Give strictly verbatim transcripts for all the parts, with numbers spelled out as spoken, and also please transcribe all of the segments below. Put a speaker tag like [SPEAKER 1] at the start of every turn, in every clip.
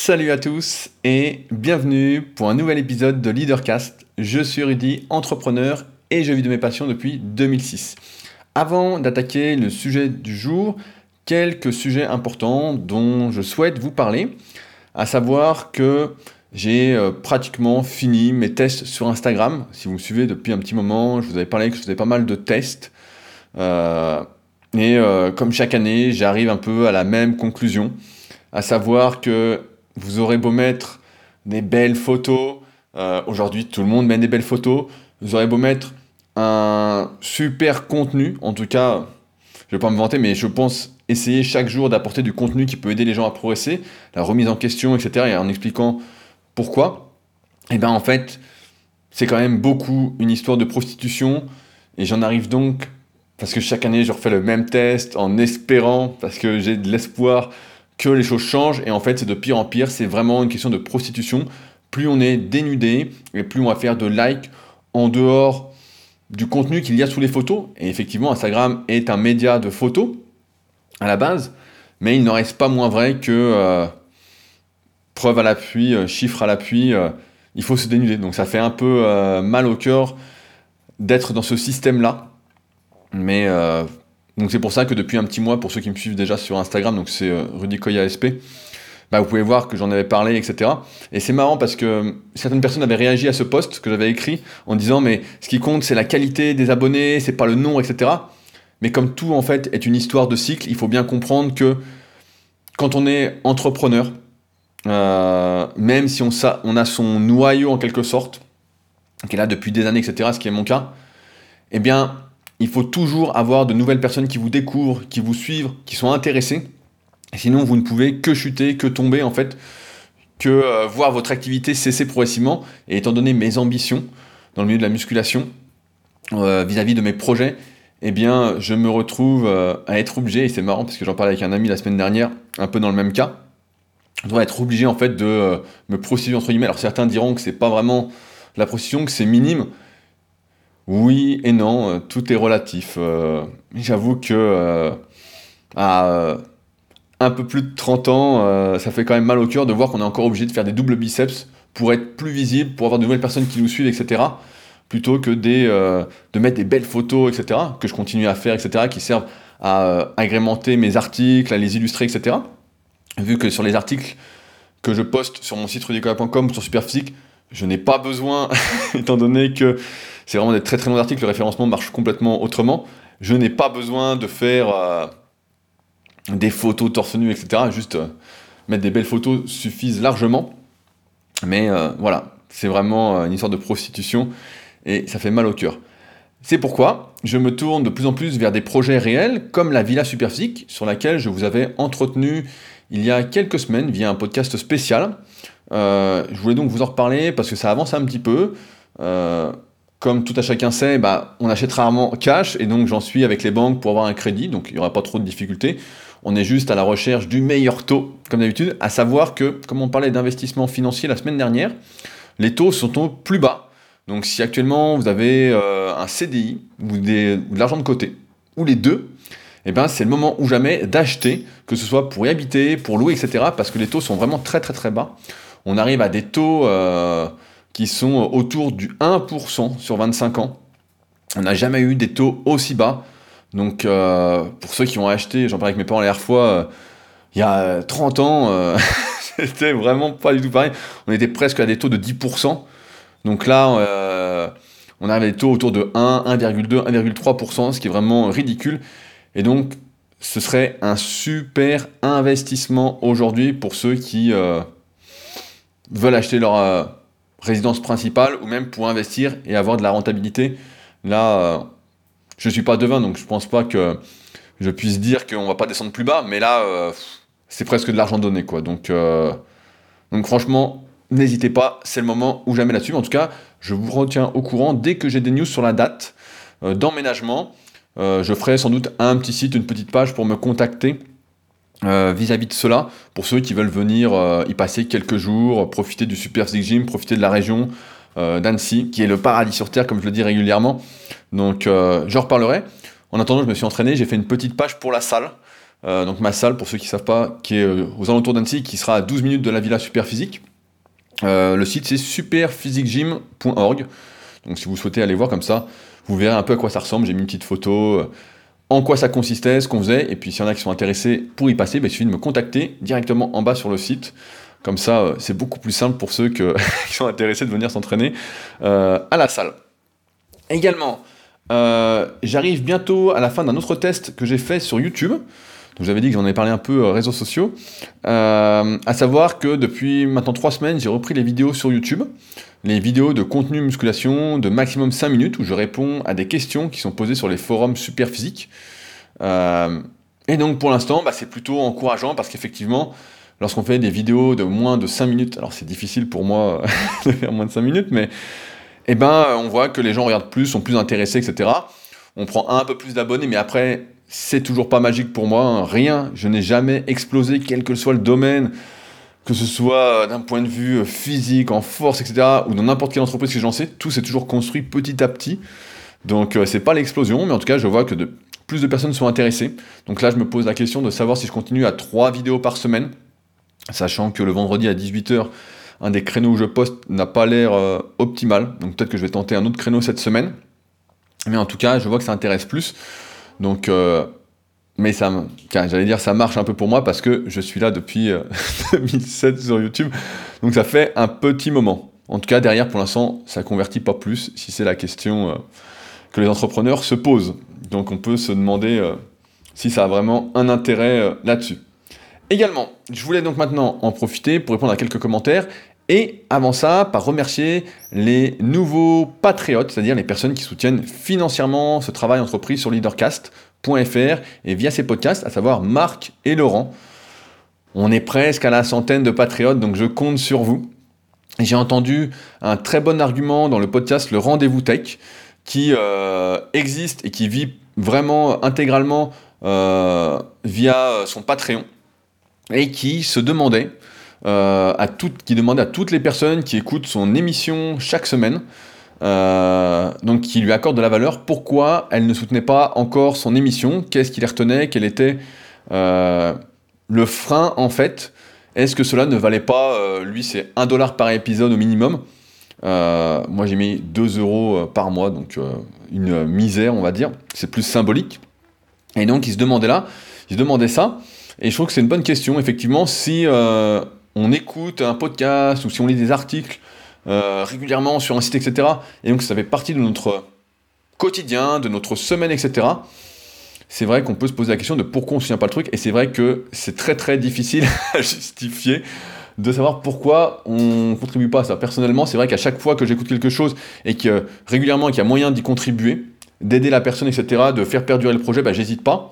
[SPEAKER 1] Salut à tous et bienvenue pour un nouvel épisode de Leadercast. Je suis Rudy, entrepreneur et je vis de mes passions depuis deux mille six. Avant d'attaquer le sujet du jour, quelques sujets importants dont je souhaite vous parler, à savoir que j'ai euh, pratiquement fini mes tests sur Instagram. Si vous me suivez depuis un petit moment, je vous avais parlé que je faisais pas mal de tests. Euh, et euh, comme chaque année, j'arrive un peu à la même conclusion, à savoir que vous aurez beau mettre des belles photos, euh, aujourd'hui tout le monde met des belles photos, vous aurez beau mettre un super contenu, en tout cas, je ne vais pas me vanter, mais je pense essayer chaque jour d'apporter du contenu qui peut aider les gens à progresser, la remise en question, et cetera, et en expliquant pourquoi, et bien en fait, c'est quand même beaucoup une histoire de prostitution, et j'en arrive donc, parce que chaque année je refais le même test, en espérant, parce que j'ai de l'espoir, que les choses changent, et en fait c'est de pire en pire, c'est vraiment une question de prostitution. Plus on est dénudé, et plus on va faire de likes en dehors du contenu qu'il y a sous les photos, et effectivement Instagram est un média de photos, à la base, mais il n'en reste pas moins vrai que, euh, preuve à l'appui, euh, chiffre à l'appui, euh, il faut se dénuder, donc ça fait un peu euh, mal au cœur d'être dans ce système-là, mais... Euh, Donc c'est pour ça que depuis un petit mois, pour ceux qui me suivent déjà sur Instagram, donc c'est euh, Rudy Koya S P, bah, vous pouvez voir que j'en avais parlé, et cetera. Et c'est marrant parce que certaines personnes avaient réagi à ce post que j'avais écrit en disant mais ce qui compte c'est la qualité des abonnés, c'est pas le nom, et cetera. Mais comme tout en fait est une histoire de cycle, il faut bien comprendre que quand on est entrepreneur, euh, même si on, sa- on a son noyau en quelque sorte, qui est là depuis des années, et cetera, ce qui est mon cas, eh bien, il faut toujours avoir de nouvelles personnes qui vous découvrent, qui vous suivent, qui sont intéressées. Sinon, vous ne pouvez que chuter, que tomber, en fait, que euh, voir votre activité cesser progressivement. Et étant donné mes ambitions dans le milieu de la musculation, euh, vis-à-vis de mes projets, eh bien, je me retrouve euh, à être obligé, et c'est marrant parce que j'en parlais avec un ami la semaine dernière, un peu dans le même cas, je dois être obligé, en fait, de euh, me prostituer, entre guillemets. Alors, certains diront que c'est pas vraiment la prostitution, que c'est minime. Oui et non, euh, tout est relatif. Euh, j'avoue que euh, à euh, un peu plus de trente ans, euh, ça fait quand même mal au cœur de voir qu'on est encore obligé de faire des doubles biceps pour être plus visible, pour avoir de nouvelles personnes qui nous suivent, et cetera. Plutôt que des, euh, de mettre des belles photos, et cetera, que je continue à faire, et cetera, qui servent à euh, agrémenter mes articles, à les illustrer, et cetera. Vu que sur les articles que je poste sur mon site rudycoya point com ou sur Superphysique, je n'ai pas besoin, étant donné que c'est vraiment des très très longs articles, le référencement marche complètement autrement, je n'ai pas besoin de faire euh, des photos torse nu, et cetera. Juste euh, mettre des belles photos suffisent largement, mais euh, voilà, c'est vraiment euh, une histoire de prostitution, et ça fait mal au cœur. C'est pourquoi je me tourne de plus en plus vers des projets réels, comme la Villa Superphysique, sur laquelle je vous avais entretenu il y a quelques semaines via un podcast spécial. Euh, je voulais donc vous en reparler parce que ça avance un petit peu. Euh, comme tout à chacun sait, bah, on achète rarement cash et donc j'en suis avec les banques pour avoir un crédit, donc il n'y aura pas trop de difficultés. On est juste à la recherche du meilleur taux, comme d'habitude, à savoir que, comme on parlait d'investissement financier la semaine dernière, les taux sont au plus bas. Donc si actuellement vous avez euh, un C D I ou, des, ou de l'argent de côté, ou les deux, eh ben, c'est le moment ou jamais d'acheter, que ce soit pour y habiter, pour louer, et cetera, parce que les taux sont vraiment très très très bas. On arrive à des taux euh, qui sont autour du un pour cent sur vingt-cinq ans. On n'a jamais eu des taux aussi bas. Donc euh, pour ceux qui ont acheté, j'en parlais avec mes parents la dernière fois, euh, il y a trente ans, euh, c'était vraiment pas du tout pareil. On était presque à des taux de dix pour cent. Donc là, euh, on arrive à des taux autour de un, un virgule deux, un virgule trois pour cent, ce qui est vraiment ridicule. Et donc, ce serait un super investissement aujourd'hui pour ceux qui euh, veulent acheter leur euh, résidence principale ou même pour investir et avoir de la rentabilité. Là, euh, je ne suis pas devin, donc je ne pense pas que je puisse dire qu'on ne va pas descendre plus bas, mais là, euh, c'est presque de l'argent donné, quoi. Donc, euh, donc franchement, n'hésitez pas, c'est le moment ou jamais là-dessus. En tout cas, je vous retiens au courant dès que j'ai des news sur la date euh, d'emménagement. Euh, je ferai sans doute un petit site, une petite page pour me contacter euh, vis-à-vis de cela, pour ceux qui veulent venir euh, y passer quelques jours, profiter du Superphysique Gym, profiter de la région euh, d'Annecy, qui est le paradis sur Terre, comme je le dis régulièrement. Donc, euh, j'en reparlerai. En attendant, je me suis entraîné, j'ai fait une petite page pour la salle, Euh, donc ma salle, pour ceux qui ne savent pas, qui est euh, aux alentours d'Annecy, qui sera à douze minutes de la Villa Superphysique. Euh, le site c'est superphysique gym point org. Donc si vous souhaitez aller voir comme ça, vous verrez un peu à quoi ça ressemble. J'ai mis une petite photo, euh, en quoi ça consistait, ce qu'on faisait. Et puis s'il y en a qui sont intéressés pour y passer, bah, il suffit de me contacter directement en bas sur le site. Comme ça, euh, c'est beaucoup plus simple pour ceux que, qui sont intéressés de venir s'entraîner euh, à la salle. Également, euh, j'arrive bientôt à la fin d'un autre test que j'ai fait sur YouTube. Donc j'avais dit que j'en ai parlé un peu euh, réseaux sociaux. Euh, à savoir que depuis maintenant trois semaines, j'ai repris les vidéos sur YouTube. Les vidéos de contenu musculation de maximum cinq minutes où je réponds à des questions qui sont posées sur les forums Superphysique. Euh, et donc pour l'instant, bah, c'est plutôt encourageant parce qu'effectivement, lorsqu'on fait des vidéos de moins de cinq minutes, alors c'est difficile pour moi de faire moins de cinq minutes, mais eh ben, on voit que les gens regardent plus, sont plus intéressés, et cetera. On prend un peu plus d'abonnés, mais après, c'est toujours pas magique pour moi, hein. Rien, je n'ai jamais explosé, quel que soit le domaine, que ce soit d'un point de vue physique, en force, et cetera, ou dans n'importe quelle entreprise que j'en sais, tout s'est toujours construit petit à petit. Donc euh, c'est pas l'explosion, mais en tout cas, je vois que de, plus de personnes sont intéressées. Donc là, je me pose la question de savoir si je continue à trois vidéos par semaine, sachant que le vendredi à dix-huit heures, un des créneaux où je poste n'a pas l'air euh, optimal, donc peut-être que je vais tenter un autre créneau cette semaine. Mais en tout cas, je vois que ça intéresse plus. Donc, euh, mais ça, j'allais dire, ça marche un peu pour moi parce que je suis là depuis euh, deux mille sept sur YouTube. Donc ça fait un petit moment. En tout cas, derrière, pour l'instant, ça convertit pas plus, si c'est la question euh, que les entrepreneurs se posent. Donc on peut se demander euh, si ça a vraiment un intérêt euh, là-dessus. Également, je voulais donc maintenant en profiter pour répondre à quelques commentaires et avant ça, par remercier les nouveaux patriotes, c'est-à-dire les personnes qui soutiennent financièrement ce travail entrepris sur leadercast point f r et via ces podcasts, à savoir Marc et Laurent. On est presque à la centaine de patriotes, donc je compte sur vous. J'ai entendu un très bon argument dans le podcast Le Rendez-vous Tech qui euh, existe et qui vit vraiment intégralement euh, via son Patreon et qui se demandait euh, à toutes, qui demandait à toutes les personnes qui écoutent son émission chaque semaine, euh, donc qui lui accordent de la valeur, pourquoi elle ne soutenait pas encore son émission, qu'est-ce qui les retenait, quel était euh, le frein en fait, est-ce que cela ne valait pas, euh, lui c'est un dollar par épisode au minimum, euh, moi j'ai mis deux euros par mois, donc euh, une misère on va dire, c'est plus symbolique, et donc il se demandait là, il se demandait ça, et je trouve que c'est une bonne question, effectivement, si euh, on écoute un podcast ou si on lit des articles euh, régulièrement sur un site, et cetera, et donc ça fait partie de notre quotidien, de notre semaine, et cetera, c'est vrai qu'on peut se poser la question de pourquoi on ne soutient pas le truc, et c'est vrai que c'est très très difficile à justifier de savoir pourquoi on ne contribue pas à ça. Personnellement, c'est vrai qu'à chaque fois que j'écoute quelque chose et que régulièrement qu'il y a moyen d'y contribuer, d'aider la personne, et cetera, de faire perdurer le projet, bah, j'hésite pas.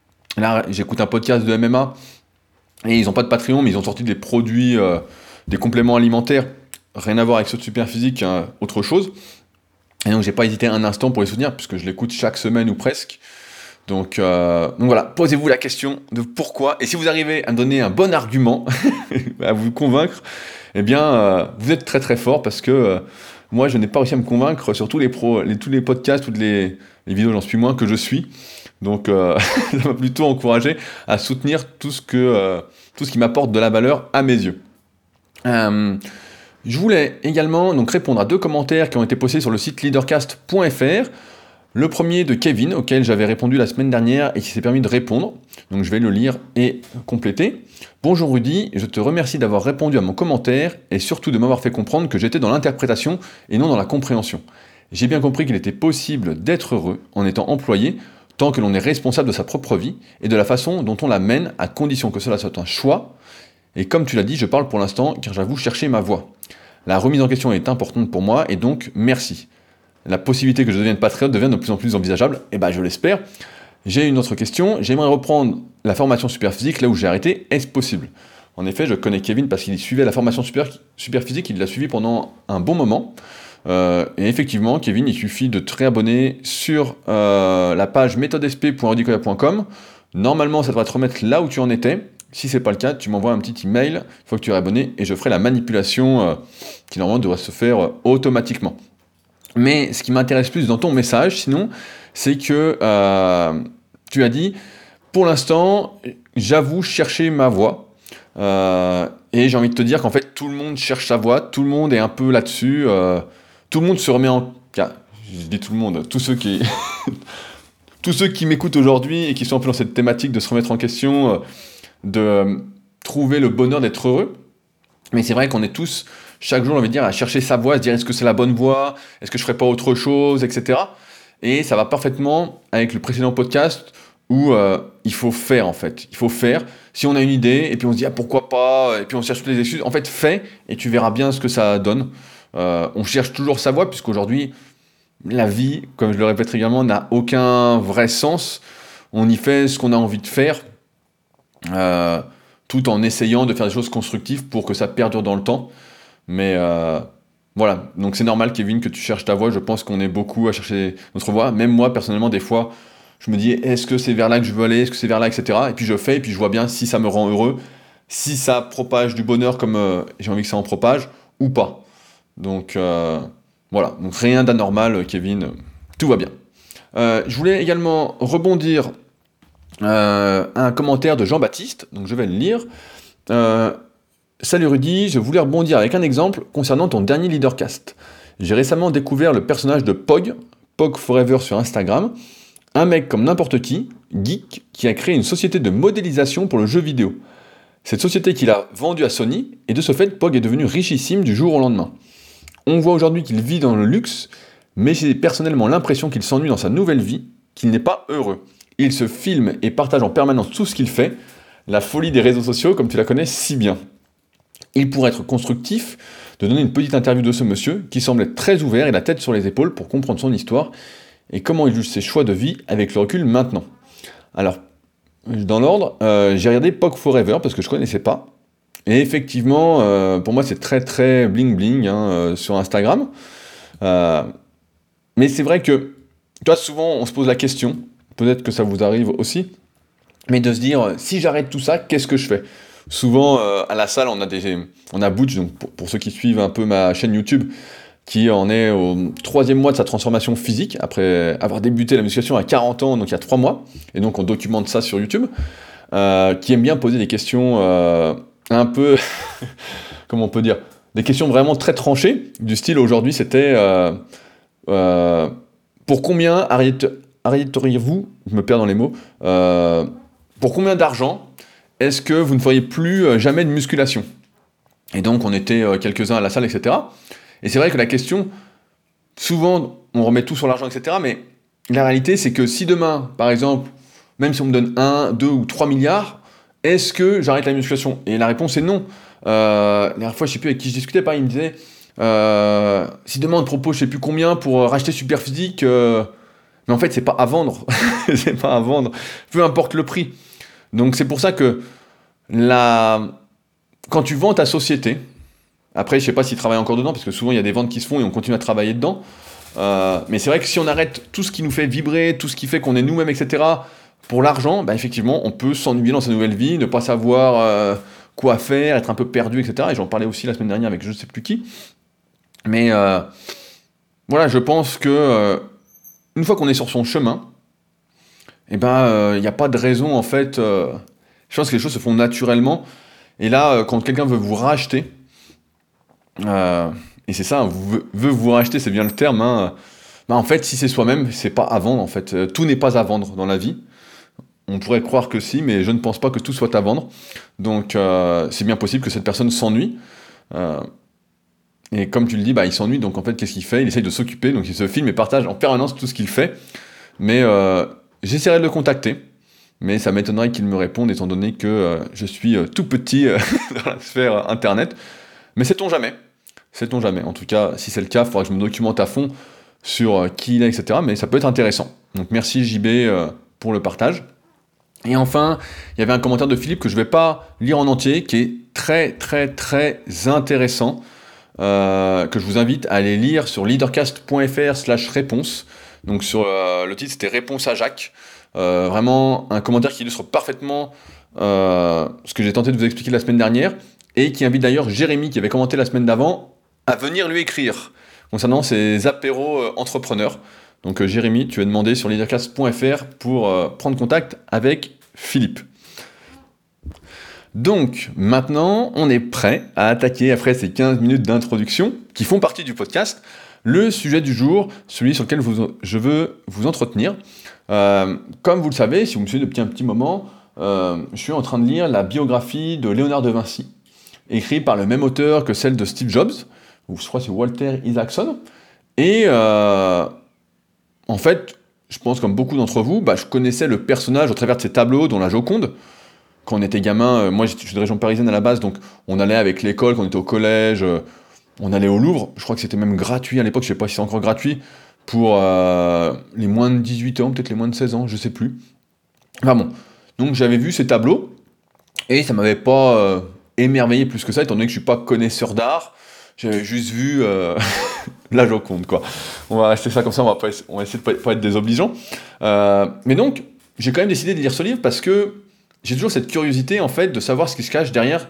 [SPEAKER 1] Là, j'écoute un podcast de M M A et ils n'ont pas de Patreon, mais ils ont sorti des produits, euh, des compléments alimentaires, rien à voir avec ceux de Superphysique, hein, autre chose. Et donc, j'ai pas hésité un instant pour les soutenir, puisque je l'écoute chaque semaine ou presque. Donc, euh, donc voilà, posez-vous la question de pourquoi. Et si vous arrivez à me donner un bon argument, à vous convaincre, eh bien, euh, vous êtes très très fort parce que euh, moi, je n'ai pas réussi à me convaincre sur tous les, pro, les, tous les podcasts, toutes les, les vidéos, j'en suis moins que je suis. Donc, euh, ça m'a plutôt encouragé à soutenir tout ce, que, euh, tout ce qui m'apporte de la valeur à mes yeux. Euh, je voulais également donc, répondre à deux commentaires qui ont été postés sur le site leadercast point f r. Le premier de Kevin, auquel j'avais répondu la semaine dernière et qui s'est permis de répondre. Donc je vais le lire et compléter. Bonjour Rudy, je te remercie d'avoir répondu à mon commentaire et surtout de m'avoir fait comprendre que j'étais dans l'interprétation et non dans la compréhension. J'ai bien compris qu'il était possible d'être heureux en étant employé tant que l'on est responsable de sa propre vie et de la façon dont on la mène à condition que cela soit un choix. Et comme tu l'as dit, je parle pour l'instant car j'avoue chercher ma voie. La remise en question est importante pour moi et donc merci. La possibilité que je devienne patriote devient de plus en plus envisageable, et ben je l'espère. J'ai une autre question, j'aimerais reprendre la formation Superphysique là où j'ai arrêté, est-ce possible ? En effet, je connais Kevin parce qu'il suivait la formation super, Superphysique, il l'a suivi pendant un bon moment. Euh, et effectivement, Kevin, il suffit de te réabonner sur euh, la page méthode s p point rudy koya point com. Normalement, ça devrait te remettre là où tu en étais. Si c'est pas le cas, tu m'envoies un petit email, il faut que tu es abonné, et je ferai la manipulation euh, qui normalement devrait se faire euh, automatiquement. Mais ce qui m'intéresse plus dans ton message, sinon, c'est que euh, tu as dit pour l'instant, j'avoue chercher ma voie. Euh, et j'ai envie de te dire qu'en fait, tout le monde cherche sa voie, tout le monde est un peu là-dessus. Euh, tout le monde se remet en... Enfin, je dis tout le monde, tous ceux qui... tous ceux qui m'écoutent aujourd'hui et qui sont un peu dans cette thématique de se remettre en question, euh, de euh, trouver le bonheur d'être heureux. Mais c'est vrai qu'on est tous, chaque jour, on va dire, à chercher sa voie, à se dire est-ce que c'est la bonne voie, est-ce que je ferais pas autre chose, et cetera. Et ça va parfaitement avec le précédent podcast où euh, il faut faire en fait. Il faut faire. Si on a une idée et puis on se dit ah, pourquoi pas, et puis on cherche toutes les excuses, en fait fais et tu verras bien ce que ça donne. Euh, on cherche toujours sa voie puisqu'aujourd'hui la vie, comme je le répète régulièrement, n'a aucun vrai sens. On y fait ce qu'on a envie de faire. Euh, tout en essayant de faire des choses constructives pour que ça perdure dans le temps. Mais euh, voilà, donc c'est normal Kevin que tu cherches ta voie, je pense qu'on est beaucoup à chercher notre voie, même moi personnellement des fois, je me dis est-ce que c'est vers là que je veux aller, est-ce que c'est vers là, et cetera. Et puis je fais, et puis je vois bien si ça me rend heureux, si ça propage du bonheur comme euh, j'ai envie que ça en propage, ou pas. Donc euh, voilà, donc rien d'anormal Kevin, tout va bien. Euh, je voulais également rebondir euh, un commentaire de Jean-Baptiste, donc je vais le lire. Euh, Salut Rudy, je voulais rebondir avec un exemple concernant ton dernier Leadercast. J'ai récemment découvert le personnage de Pog, Pog Forever sur Instagram, un mec comme n'importe qui, geek, qui a créé une société de modélisation pour le jeu vidéo. Cette société qu'il a vendue à Sony, et de ce fait, Pog est devenu richissime du jour au lendemain. On voit aujourd'hui qu'il vit dans le luxe, mais j'ai personnellement l'impression qu'il s'ennuie dans sa nouvelle vie, qu'il n'est pas heureux. Il se filme et partage en permanence tout ce qu'il fait, la folie des réseaux sociaux comme tu la connais si bien. Il pourrait être constructif de donner une petite interview de ce monsieur qui semble être très ouvert et la tête sur les épaules pour comprendre son histoire et comment il juge ses choix de vie avec le recul maintenant. Alors, dans l'ordre, euh, j'ai regardé Pog Forever parce que je ne connaissais pas. Et effectivement, euh, pour moi, c'est très très bling bling hein, euh, sur Instagram. Euh, mais c'est vrai que, toi, souvent, on se pose la question, peut-être que ça vous arrive aussi, mais de se dire, si j'arrête tout ça, qu'est-ce que je fais ? Souvent, euh, à la salle, on a, des, on a Butch, donc pour, pour ceux qui suivent un peu ma chaîne YouTube, qui en est au troisième mois de sa transformation physique, après avoir débuté la musculation à quarante ans, donc il y a trois mois, et donc on documente ça sur YouTube, euh, qui aime bien poser des questions euh, un peu, comment on peut dire, des questions vraiment très tranchées, du style aujourd'hui c'était, euh, euh, pour combien arrête, arrêteriez-vous, je me perds dans les mots, euh, pour combien d'argent est-ce que vous ne feriez plus euh, jamais de musculation ? Et donc on était euh, quelques-uns à la salle, et cetera. Et c'est vrai que la question, souvent on remet tout sur l'argent, et cetera. Mais la réalité c'est que si demain, par exemple, même si on me donne un, deux ou trois milliards, est-ce que j'arrête la musculation ? Et la réponse est non. Euh, la dernière fois, je ne sais plus avec qui je discutais, pareil, il me disait, euh, si demain on te propose je ne sais plus combien pour racheter Superphysique, euh, mais en fait c'est pas à vendre, c'est pas à vendre, peu importe le prix. Donc c'est pour ça que la... quand tu vends ta société, après je sais pas s'ils travaillent encore dedans, parce que souvent il y a des ventes qui se font et on continue à travailler dedans, euh, mais c'est vrai que si on arrête tout ce qui nous fait vibrer, tout ce qui fait qu'on est nous-mêmes, et cetera, pour l'argent, bah effectivement on peut s'ennuyer dans sa nouvelle vie, ne pas savoir euh, quoi faire, être un peu perdu, et cetera. Et j'en parlais aussi la semaine dernière avec je ne sais plus qui. Mais euh, voilà, je pense que euh, une fois qu'on est sur son chemin, et eh ben il euh, n'y a pas de raison en fait. Euh, je pense que les choses se font naturellement. Et là, euh, quand quelqu'un veut vous racheter, euh, et c'est ça, veut, veut vous racheter, c'est bien le terme. Hein, bah en fait, si c'est soi-même, c'est pas à vendre en fait. Euh, tout n'est pas à vendre dans la vie. On pourrait croire que si, mais je ne pense pas que tout soit à vendre. Donc euh, c'est bien possible que cette personne s'ennuie. Euh, et comme tu le dis, bah, il s'ennuie, donc en fait, qu'est-ce qu'il fait ? Il essaye de s'occuper, donc il se filme et partage en permanence tout ce qu'il fait. Mais euh, j'essaierai de le contacter, mais ça m'étonnerait qu'il me réponde, étant donné que euh, je suis euh, tout petit euh, dans la sphère internet. Mais sait-on jamais ? Sait-on jamais ? En tout cas, si c'est le cas, il faudra que je me documente à fond sur euh, qui il est, et cetera. Mais ça peut être intéressant. Donc merci J B euh, pour le partage. Et enfin, il y avait un commentaire de Philippe que je ne vais pas lire en entier, qui est très très très intéressant, euh, que je vous invite à aller lire sur leadercast.fr slash réponse. Donc sur euh, le titre c'était Réponse à Jacques. Euh, vraiment un commentaire qui illustre parfaitement euh, ce que j'ai tenté de vous expliquer la semaine dernière, et qui invite d'ailleurs Jérémy, qui avait commenté la semaine d'avant, à venir lui écrire concernant ses apéros euh, entrepreneurs. Donc euh, Jérémy, tu as demandé sur leadercast point f r pour euh, prendre contact avec Philippe. Donc, maintenant, on est prêt à attaquer, après ces quinze minutes d'introduction, qui font partie du podcast, le sujet du jour, celui sur lequel vous, je veux vous entretenir. Euh, comme vous le savez, si vous me suivez depuis un petit moment, euh, je suis en train de lire la biographie de Léonard de Vinci, écrite par le même auteur que celle de Steve Jobs, ou je crois que c'est Walter Isaacson. Et euh, en fait, je pense comme beaucoup d'entre vous, bah, je connaissais le personnage au travers de ses tableaux, dont la Joconde. Quand on était gamin, euh, moi je suis de région parisienne à la base, donc on allait avec l'école, quand on était au collège, euh, on allait au Louvre, je crois que c'était même gratuit à l'époque, je sais pas si c'est encore gratuit, pour euh, les moins de dix-huit ans, peut-être les moins de seize ans, je sais plus. Enfin bon, donc j'avais vu ces tableaux, et ça m'avait pas euh, émerveillé plus que ça, étant donné que je suis pas connaisseur d'art, j'avais juste vu euh, la Joconde, quoi. On va rester ça comme ça, on va, pas, on va essayer de pas, pas être désobligeant. Euh, mais donc, j'ai quand même décidé de lire ce livre parce que j'ai toujours cette curiosité, en fait, de savoir ce qui se cache derrière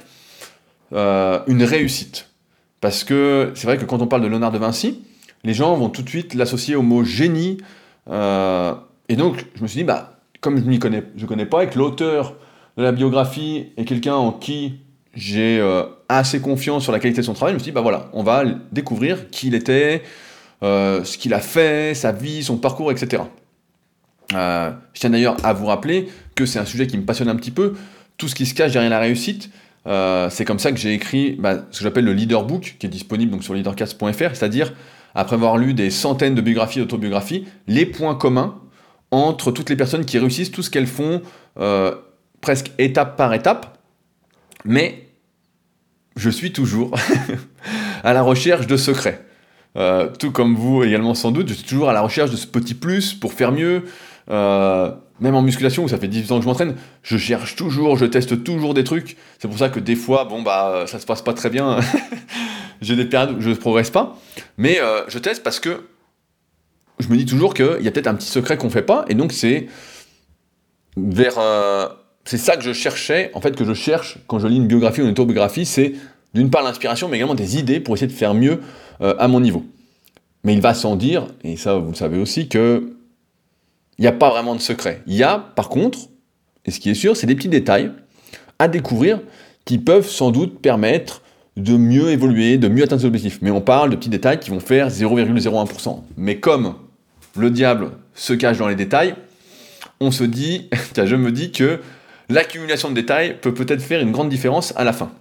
[SPEAKER 1] euh, une réussite. Parce que c'est vrai que quand on parle de Léonard de Vinci, les gens vont tout de suite l'associer au mot génie. Euh, et donc, je me suis dit, bah, comme je ne connais, je connais pas, et que l'auteur de la biographie est quelqu'un en qui j'ai euh, assez confiance sur la qualité de son travail, je me suis dit, bah voilà, on va découvrir qui il était, euh, ce qu'il a fait, sa vie, son parcours, et cetera. Euh, je tiens d'ailleurs à vous rappeler que c'est un sujet qui me passionne un petit peu, tout ce qui se cache derrière la réussite. Euh, c'est comme ça que j'ai écrit bah, ce que j'appelle le Leader Book, qui est disponible donc sur leadercast point f r, c'est-à-dire, après avoir lu des centaines de biographies et d'autobiographies, les points communs entre toutes les personnes qui réussissent, tout ce qu'elles font, euh, presque étape par étape, mais je suis toujours à la recherche de secrets. Euh, tout comme vous également sans doute, je suis toujours à la recherche de ce petit plus pour faire mieux. Euh, même en musculation, où ça fait dix-huit ans que je m'entraîne, je cherche toujours, je teste toujours des trucs. C'est pour ça que des fois, bon bah, ça se passe pas très bien. J'ai des périodes où je ne progresse pas. Mais euh, je teste parce que je me dis toujours qu'il y a peut-être un petit secret qu'on fait pas. Et donc c'est vers... Euh, c'est ça que je cherchais, en fait, que je cherche quand je lis une biographie ou une autobiographie, c'est d'une part l'inspiration, mais également des idées pour essayer de faire mieux euh, à mon niveau. Mais il va sans dire, et ça vous le savez aussi, que il n'y a pas vraiment de secret. Il y a, par contre, et ce qui est sûr, c'est des petits détails à découvrir qui peuvent sans doute permettre de mieux évoluer, de mieux atteindre ses objectifs. Mais on parle de petits détails qui vont faire zéro virgule zéro un pour cent. Mais comme le diable se cache dans les détails, on se dit, tiens, je me dis que l'accumulation de détails peut peut-être faire une grande différence à la fin.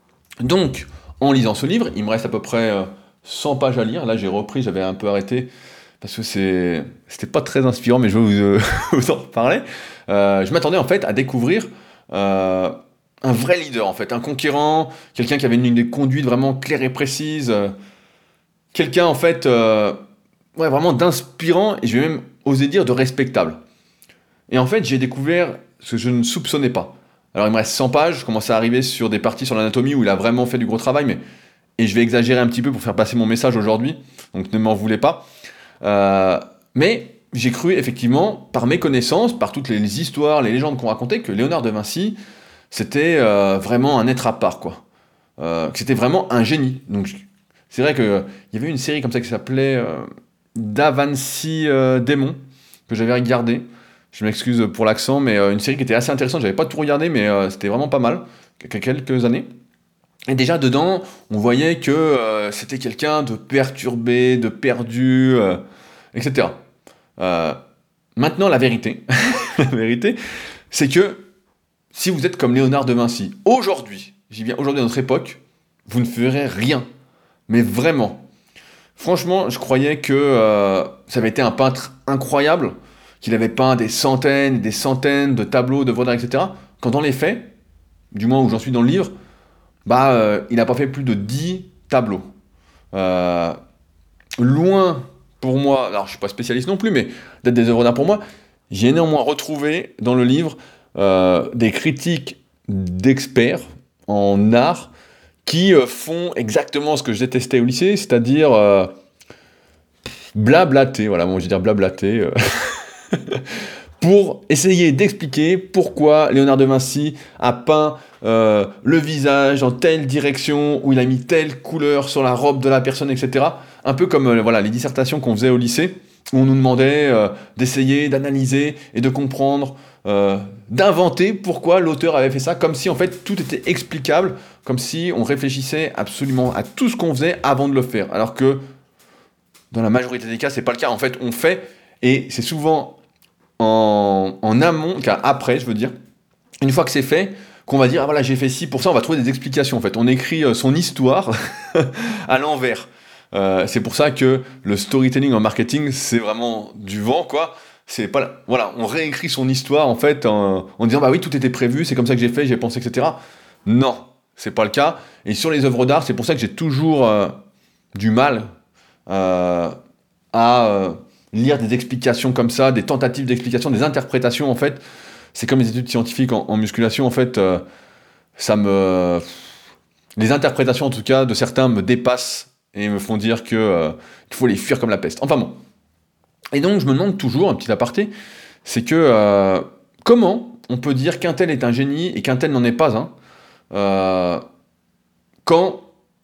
[SPEAKER 1] Donc, en lisant ce livre, il me reste à peu près cent pages à lire. Là, j'ai repris, j'avais un peu arrêté parce que c'est, c'était pas très inspirant, mais je vais vous, euh, vous en reparler. Euh, je m'attendais en fait à découvrir euh, un vrai leader, en fait, un conquérant, quelqu'un qui avait une ligne de conduite vraiment claire et précise, euh, quelqu'un en fait, euh, ouais, vraiment d'inspirant, et je vais même oser dire de respectable. Et en fait, j'ai découvert ce que je ne soupçonnais pas. Alors, il me reste cent pages, je commence à arriver sur des parties sur l'anatomie où il a vraiment fait du gros travail, mais et je vais exagérer un petit peu pour faire passer mon message aujourd'hui, donc ne m'en voulez pas. Euh, mais j'ai cru effectivement, par mes connaissances, par toutes les histoires, les légendes qu'on racontait, que Léonard de Vinci, c'était euh, vraiment un être à part, quoi. Euh, que c'était vraiment un génie. Donc c'est vrai qu'il euh, y avait une série comme ça qui s'appelait euh, Da Vinci euh, Démon, que j'avais regardé. Je m'excuse pour l'accent, mais euh, une série qui était assez intéressante, j'avais pas tout regardé, mais euh, c'était vraiment pas mal, il y a quelques années. Et déjà dedans, on voyait que euh, c'était quelqu'un de perturbé, de perdu, euh, et cetera. Euh, maintenant, la vérité, la vérité, c'est que si vous êtes comme Léonard de Vinci, aujourd'hui, j'y viens aujourd'hui à notre époque, vous ne ferez rien. Mais vraiment. Franchement, je croyais que euh, ça avait été un peintre incroyable, qu'il avait peint des centaines et des centaines de tableaux, de d'œuvres, et cetera. Quand dans les faits, du moins où j'en suis dans le livre, bah, euh, il n'a pas fait plus de dix tableaux. Euh, loin, pour moi, alors je ne suis pas spécialiste non plus, mais d'être des œuvres d'art pour moi, j'ai néanmoins retrouvé dans le livre euh, des critiques d'experts en art qui euh, font exactement ce que je détestais au lycée, c'est-à-dire euh, blablater, voilà, bon, je vais dire blablater, euh, pour essayer d'expliquer pourquoi Léonard de Vinci a peint euh, le visage dans telle direction, où il a mis telle couleur sur la robe de la personne, et cetera. Un peu comme euh, voilà, les dissertations qu'on faisait au lycée, où on nous demandait euh, d'essayer, d'analyser et de comprendre euh, d'inventer pourquoi l'auteur avait fait ça, comme si en fait tout était explicable, comme si on réfléchissait absolument à tout ce qu'on faisait avant de le faire. Alors que dans la majorité des cas, c'est pas le cas. En fait, on fait, et c'est souvent en, en amont, car après, je veux dire, une fois que c'est fait, qu'on va dire, ah voilà, j'ai fait ci, pour ça, on va trouver des explications, en fait. On écrit euh, son histoire à l'envers. Euh, c'est pour ça que le storytelling en marketing, c'est vraiment du vent, quoi. C'est pas, la- voilà, on réécrit son histoire, en fait, en, en disant, bah oui, tout était prévu, c'est comme ça que j'ai fait, j'ai pensé, et cetera. Non, c'est pas le cas. Et sur les œuvres d'art, c'est pour ça que j'ai toujours euh, du mal euh, à euh, lire des explications comme ça, des tentatives d'explication, des interprétations, en fait. C'est comme les études scientifiques en, en musculation, en fait, euh, ça me... Les interprétations, en tout cas, de certains me dépassent et me font dire que euh, qu'il faut les fuir comme la peste. Enfin bon. Et donc, je me demande toujours, un petit aparté, c'est que euh, comment on peut dire qu'un tel est un génie et qu'un tel n'en est pas un, euh, quand,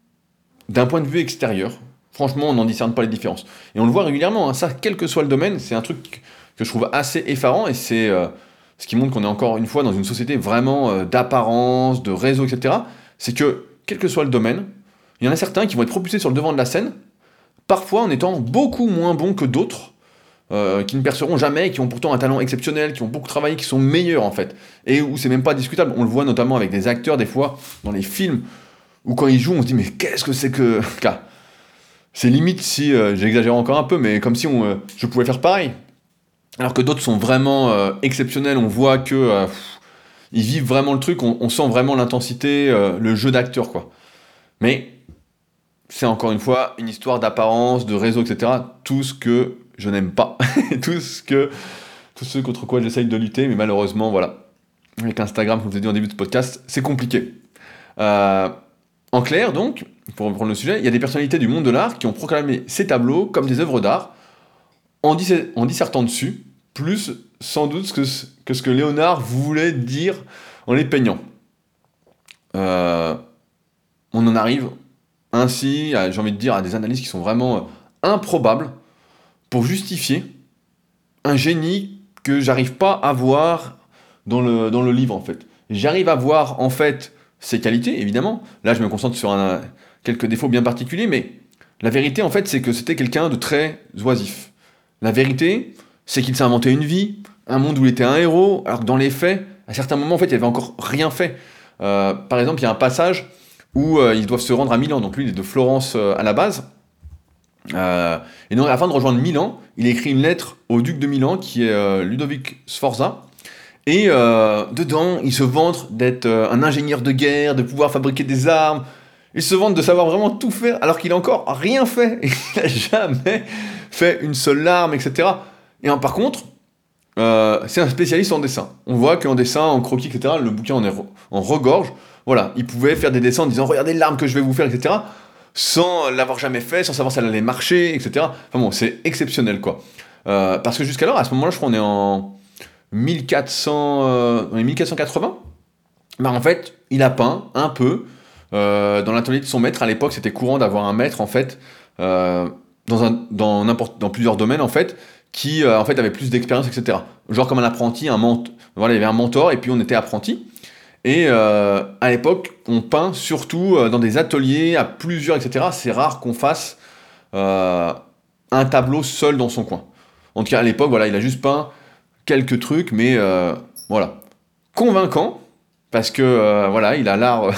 [SPEAKER 1] d'un point de vue extérieur, franchement, on n'en discerne pas les différences. Et on le voit régulièrement, hein, ça, quel que soit le domaine, c'est un truc que je trouve assez effarant, et c'est euh, ce qui montre qu'on est encore une fois dans une société vraiment euh, d'apparence, de réseau, et cetera. C'est que, quel que soit le domaine, il y en a certains qui vont être propulsés sur le devant de la scène, parfois en étant beaucoup moins bons que d'autres, euh, qui ne perceront jamais, qui ont pourtant un talent exceptionnel, qui ont beaucoup travaillé, qui sont meilleurs en fait, et où c'est même pas discutable. On le voit notamment avec des acteurs, des fois, dans les films, où quand ils jouent, on se dit, mais qu'est-ce que c'est que... Car c'est limite si, euh, j'exagère encore un peu, mais comme si on, euh, je pouvais faire pareil. Alors que d'autres sont vraiment euh, exceptionnels, on voit que euh, pff, ils vivent vraiment le truc, on, on sent vraiment l'intensité, euh, le jeu d'acteur, quoi. Mais c'est encore une fois une histoire d'apparence, de réseau, et cetera. Tout ce que je n'aime pas, tout ce que, tout ce contre quoi j'essaye de lutter, mais malheureusement, voilà. Avec Instagram, comme je vous ai dit en début de podcast, c'est compliqué. Euh, en clair, donc, pour reprendre le sujet, il y a des personnalités du monde de l'art qui ont proclamé ces tableaux comme des œuvres d'art, en, dis- en dissertant dessus, plus sans doute que, ce- que ce que Léonard voulait dire en les peignant. Euh, on en arrive ainsi, à- j'ai envie de dire, à des analyses qui sont vraiment euh, improbables pour justifier un génie que j'arrive pas à voir dans le, dans le livre, en fait. J'arrive à voir, en fait, ses qualités, évidemment. Là, je me concentre sur un- quelques défauts bien particuliers, mais la vérité, en fait, c'est que c'était quelqu'un de très oisif. La vérité, c'est qu'il s'est inventé une vie, un monde où il était un héros, alors que dans les faits, à certains moments, en fait, il avait encore rien fait. Euh, par exemple, il y a un passage où euh, ils doivent se rendre à Milan, donc lui, il est de Florence euh, à la base. Euh, et donc, afin de rejoindre Milan, il écrit une lettre au duc de Milan, qui est euh, Ludovic Sforza. Et euh, dedans, il se vante d'être euh, un ingénieur de guerre, de pouvoir fabriquer des armes. Il se vante de savoir vraiment tout faire, alors qu'il a encore rien fait. Il n'a jamais fait une seule arme, et cetera. Et hein, par contre, euh, c'est un spécialiste en dessin. On voit qu'en dessin, en croquis, et cetera, le bouquin en, est re- en regorge. Voilà, il pouvait faire des dessins en disant regardez l'arme que je vais vous faire, et cetera. Sans l'avoir jamais fait, sans savoir si elle allait marcher, et cetera. Enfin bon, c'est exceptionnel quoi. Euh, parce que jusqu'alors, à ce moment-là, je crois qu'on est en mille quatre cents, euh, dans les mille quatre cent quatre-vingts. Bah en fait, il a peint un peu euh, dans l'atelier de son maître. À l'époque, c'était courant d'avoir un maître en fait euh, dans un, dans n'importe, dans plusieurs domaines en fait, qui euh, en fait avait plus d'expérience, et cetera. Genre comme un apprenti, un mentor. Voilà, il y avait un mentor et puis on était apprenti. Et euh, à l'époque, on peint surtout euh, dans des ateliers à plusieurs, et cetera. C'est rare qu'on fasse euh, un tableau seul dans son coin. En tout cas, à l'époque, voilà, il a juste peint quelques trucs, mais euh, voilà, convaincant parce que euh, voilà, il a l'art,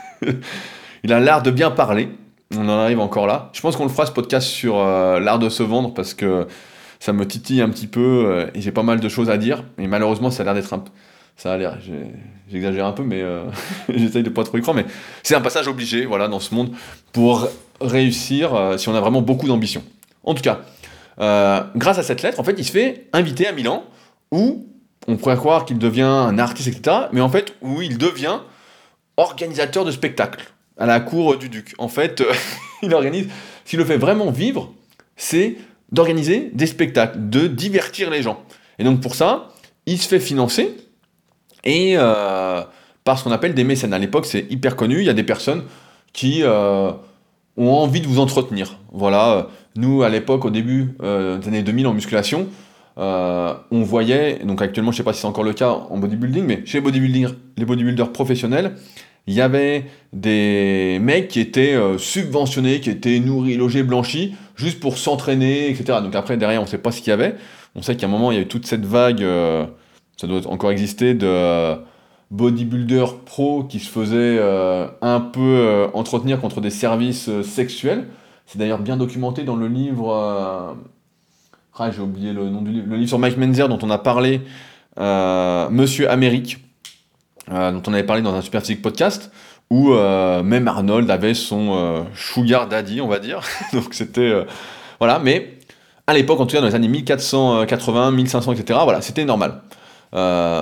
[SPEAKER 1] il a l'art de bien parler. On en arrive encore là. Je pense qu'on le fera ce podcast sur euh, l'art de se vendre parce que ça me titille un petit peu euh, et j'ai pas mal de choses à dire. Et malheureusement, ça a l'air d'être un, ça a l'air, j'ai- j'exagère un peu, mais euh, j'essaye de pas trop y croire. Mais c'est un passage obligé, voilà, dans ce monde pour réussir euh, si on a vraiment beaucoup d'ambition. En tout cas, euh, grâce à cette lettre, en fait, il se fait inviter à Milan où on pourrait croire qu'il devient un artiste, et cetera. Mais en fait, où il devient organisateur de spectacles à la cour du duc. En fait, euh, il organise. Ce qui le fait vraiment vivre, c'est d'organiser des spectacles, de divertir les gens. Et donc pour ça, il se fait financer et euh, par ce qu'on appelle des mécènes. À l'époque, c'est hyper connu. Il y a des personnes qui euh, ont envie de vous entretenir. Voilà. Nous, à l'époque, au début euh, des années deux mille en musculation, euh, on voyait, donc actuellement je sais pas si c'est encore le cas en bodybuilding, mais chez les bodybuilders, les bodybuilders professionnels, il y avait des mecs qui étaient euh, subventionnés, qui étaient nourris, logés, blanchis, juste pour s'entraîner, et cetera. Donc après, derrière, on ne sait pas ce qu'il y avait. On sait qu'à un moment, il y a eu toute cette vague, euh, ça doit encore exister, de euh, bodybuilders pro qui se faisaient euh, un peu euh, entretenir contre des services euh, sexuels. C'est d'ailleurs bien documenté dans le livre... euh, ah, j'ai oublié le nom du livre. Le livre sur Mike Menzer dont on a parlé, euh, Monsieur Amérique, euh, dont on avait parlé dans un Super Physique podcast, où euh, même Arnold avait son euh, sugar daddy, on va dire. Donc c'était... euh, voilà, mais à l'époque, en tout cas dans les années mille quatre cent quatre-vingts, mille cinq cents, et cetera, voilà, c'était normal. Euh,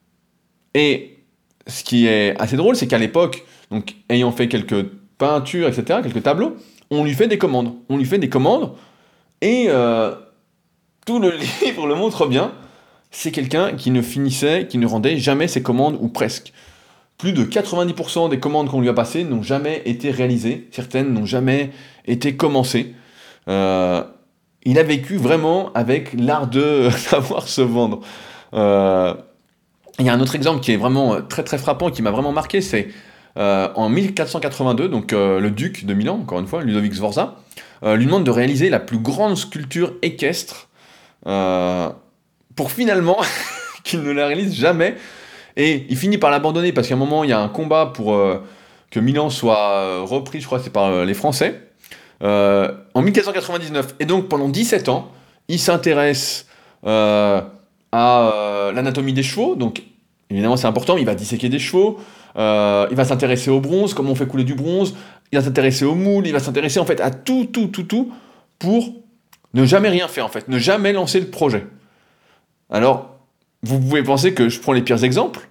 [SPEAKER 1] et ce qui est assez drôle, c'est qu'à l'époque, donc ayant fait quelques peintures, et cetera, quelques tableaux, on lui fait des commandes. On lui fait des commandes, et euh, tout le livre le montre bien, c'est quelqu'un qui ne finissait, qui ne rendait jamais ses commandes, ou presque. Plus de quatre-vingt-dix pour cent des commandes qu'on lui a passées n'ont jamais été réalisées, certaines n'ont jamais été commencées. Euh, il a vécu vraiment avec l'art de savoir se vendre. Euh, il y a un autre exemple qui est vraiment très très frappant, qui m'a vraiment marqué, c'est euh, en mille quatre cent quatre-vingt-deux, donc euh, le duc de Milan, encore une fois, Ludovic Sforza, euh, lui demande de réaliser la plus grande sculpture équestre, euh, pour finalement qu'il ne la réalise jamais. Et il finit par l'abandonner parce qu'à un moment, il y a un combat pour euh, que Milan soit euh, repris, je crois que c'est par euh, les Français, euh, en mille quatre cent quatre-vingt-dix-neuf. Et donc, pendant dix-sept ans, il s'intéresse euh, à euh, l'anatomie des chevaux. Donc, évidemment, c'est important, il va disséquer des chevaux, euh, il va s'intéresser au bronze, comment on fait couler du bronze, il va s'intéresser au moule, il va s'intéresser en fait à tout, tout, tout, tout, pour ne jamais rien faire, en fait, ne jamais lancer le projet. Alors, vous pouvez penser que je prends les pires exemples,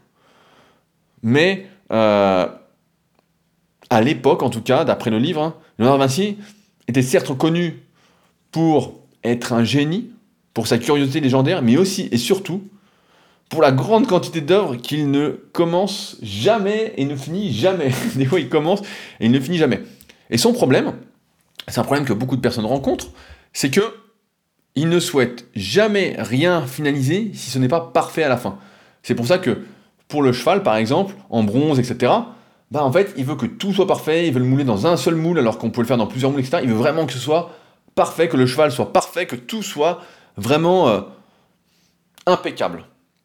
[SPEAKER 1] mais euh, à l'époque, en tout cas, d'après le livre, hein, Léonard de Vinci était certes reconnu pour être un génie, pour sa curiosité légendaire, mais aussi et surtout pour la grande quantité d'œuvres qu'il ne commence jamais et ne finit jamais. Des fois, il commence et il ne finit jamais. Et son problème, c'est un problème que beaucoup de personnes rencontrent, c'est que il ne souhaite jamais rien finaliser si ce n'est pas parfait à la fin. C'est pour ça que, pour le cheval, par exemple, en bronze, et cetera, bah en fait, il veut que tout soit parfait, il veut le mouler dans un seul moule, alors qu'on peut le faire dans plusieurs moules, et cetera. Il veut vraiment que ce soit parfait, que le cheval soit parfait, que tout soit vraiment euh, impeccable.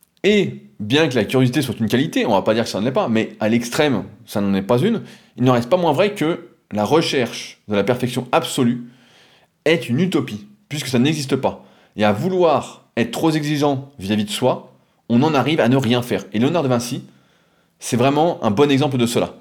[SPEAKER 1] Et bien que la curiosité soit une qualité, on va pas dire que ça n'en est pas, mais à l'extrême, ça n'en est pas une, il n'en reste pas moins vrai que la recherche de la perfection absolue est une utopie, puisque ça n'existe pas. Et à vouloir être trop exigeant vis-à-vis de soi, on en arrive à ne rien faire. Et Léonard de Vinci, c'est vraiment un bon exemple de cela.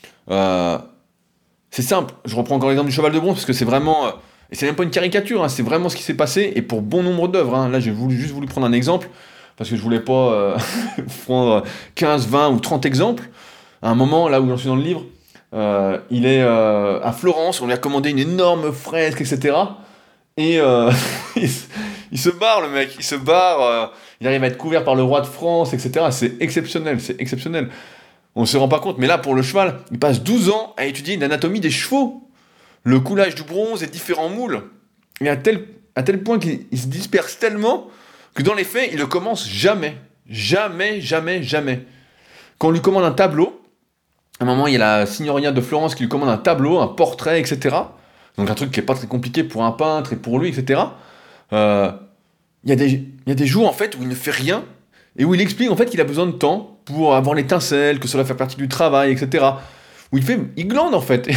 [SPEAKER 1] Euh, c'est simple, je reprends encore l'exemple du cheval de bronze, parce que c'est vraiment... Euh, et c'est même pas une caricature, hein, c'est vraiment ce qui s'est passé, et pour bon nombre d'œuvres. Hein. Là, j'ai voulu, juste voulu prendre un exemple, parce que je voulais pas euh, prendre quinze, vingt ou trente exemples. À un moment, là où j'en suis dans le livre, euh, il est euh, à Florence, on lui a commandé une énorme fresque, et cetera. Et euh, il, se, il se barre, le mec, il se barre, euh, il arrive à être couvert par le roi de France, et cetera. C'est exceptionnel, c'est exceptionnel. On ne se rend pas compte, mais là, pour le cheval, il passe douze ans à étudier l'anatomie des chevaux, le coulage du bronze et différents moules. Et à tel, à tel point qu'il il se disperse tellement que dans les faits, il ne commence jamais. Jamais, jamais, jamais. Quand on lui commande un tableau, à un moment, il y a la signoria de Florence qui lui commande un tableau, un portrait, et cetera. Donc un truc qui n'est pas très compliqué pour un peintre et pour lui, et cetera. Euh, il y a des, il y a des jours, en fait, où il ne fait rien, et où il explique, en fait, qu'il a besoin de temps pour avoir l'étincelle, que cela fait partie du travail, et cetera. Où il fait, il glande, en fait.